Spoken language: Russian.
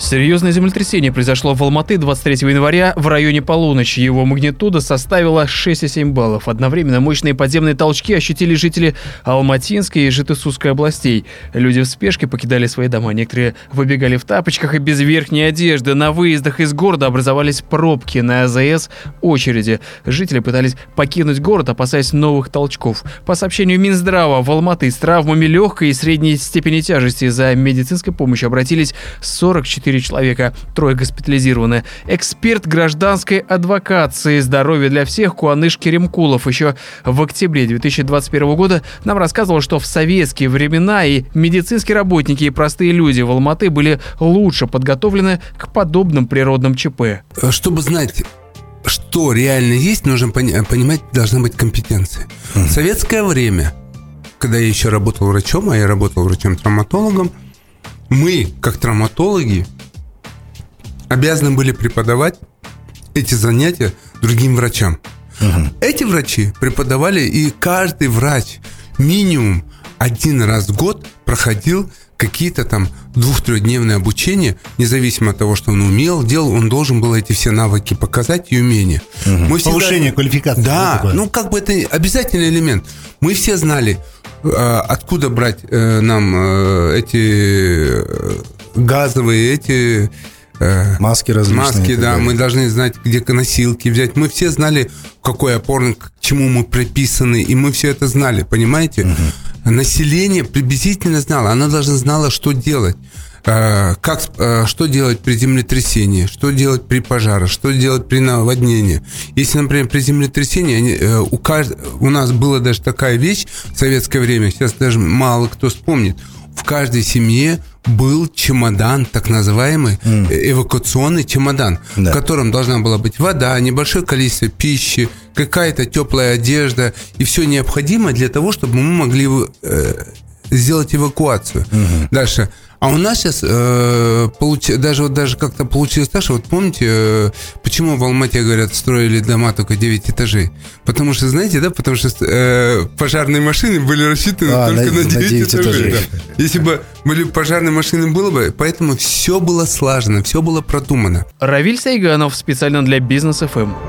Серьезное землетрясение произошло в Алматы 23 января в районе полуночи. Его магнитуда составила 6,7 баллов. Одновременно мощные подземные толчки ощутили жители Алматинской и Житесусской областей. Люди в спешке покидали свои дома. Некоторые выбегали в тапочках и без верхней одежды. На выездах из города образовались пробки. На АЗС очереди. Жители пытались покинуть город, опасаясь новых толчков. По сообщению Минздрава, в Алматы с травмами легкой и средней степени тяжести за медицинской помощью обратились 44 человека, 3 госпитализированы. Эксперт гражданской адвокации «Здоровье для всех» Куаныш Керимкулов еще в октябре 2021 года нам рассказывал, что в советские времена и медицинские работники, и простые люди в Алматы были лучше подготовлены к подобным природным ЧП. Чтобы знать, что реально есть, нужно понимать, должна быть компетенция. В советское время, когда я еще работал врачом, а я работал врачом-травматологом, мы, как травматологи, обязаны были преподавать эти занятия другим врачам. Эти врачи преподавали, и каждый врач минимум 1 раз в год проходил какие-то там 2-3-дневные обучения, независимо от того, что он умел, делал, он должен был эти все навыки показать и умения. Повышение квалификации. Да, это обязательный элемент. Мы все знали, откуда брать нам эти газовые, маски различные. Маски, да, мы должны знать, где носилки взять. Мы все знали, какой опорник, к чему мы приписаны, и мы все это знали, понимаете? Население приблизительно знало, оно даже знало, что делать. Что делать при землетрясении, что делать при пожаре, что делать при наводнении. Если, например, при землетрясении у нас была даже такая вещь в советское время, сейчас даже мало кто вспомнит, в каждой семье был чемодан, так называемый эвакуационный чемодан, в котором должна была быть вода, небольшое количество пищи, какая-то теплая одежда и все необходимое для того, чтобы мы могли сделать эвакуацию. Дальше. А у нас сейчас даже как-то получилось так, что вот помните, почему в Алмате, говорят, строили дома только 9 этажей? Потому что, знаете, да, потому что пожарные машины были рассчитаны только на 9 этажей. Да. Если бы были пожарные машины, было бы, поэтому все было слажено, все было продумано. Равиль Сайганов специально для Бизнес ФМ.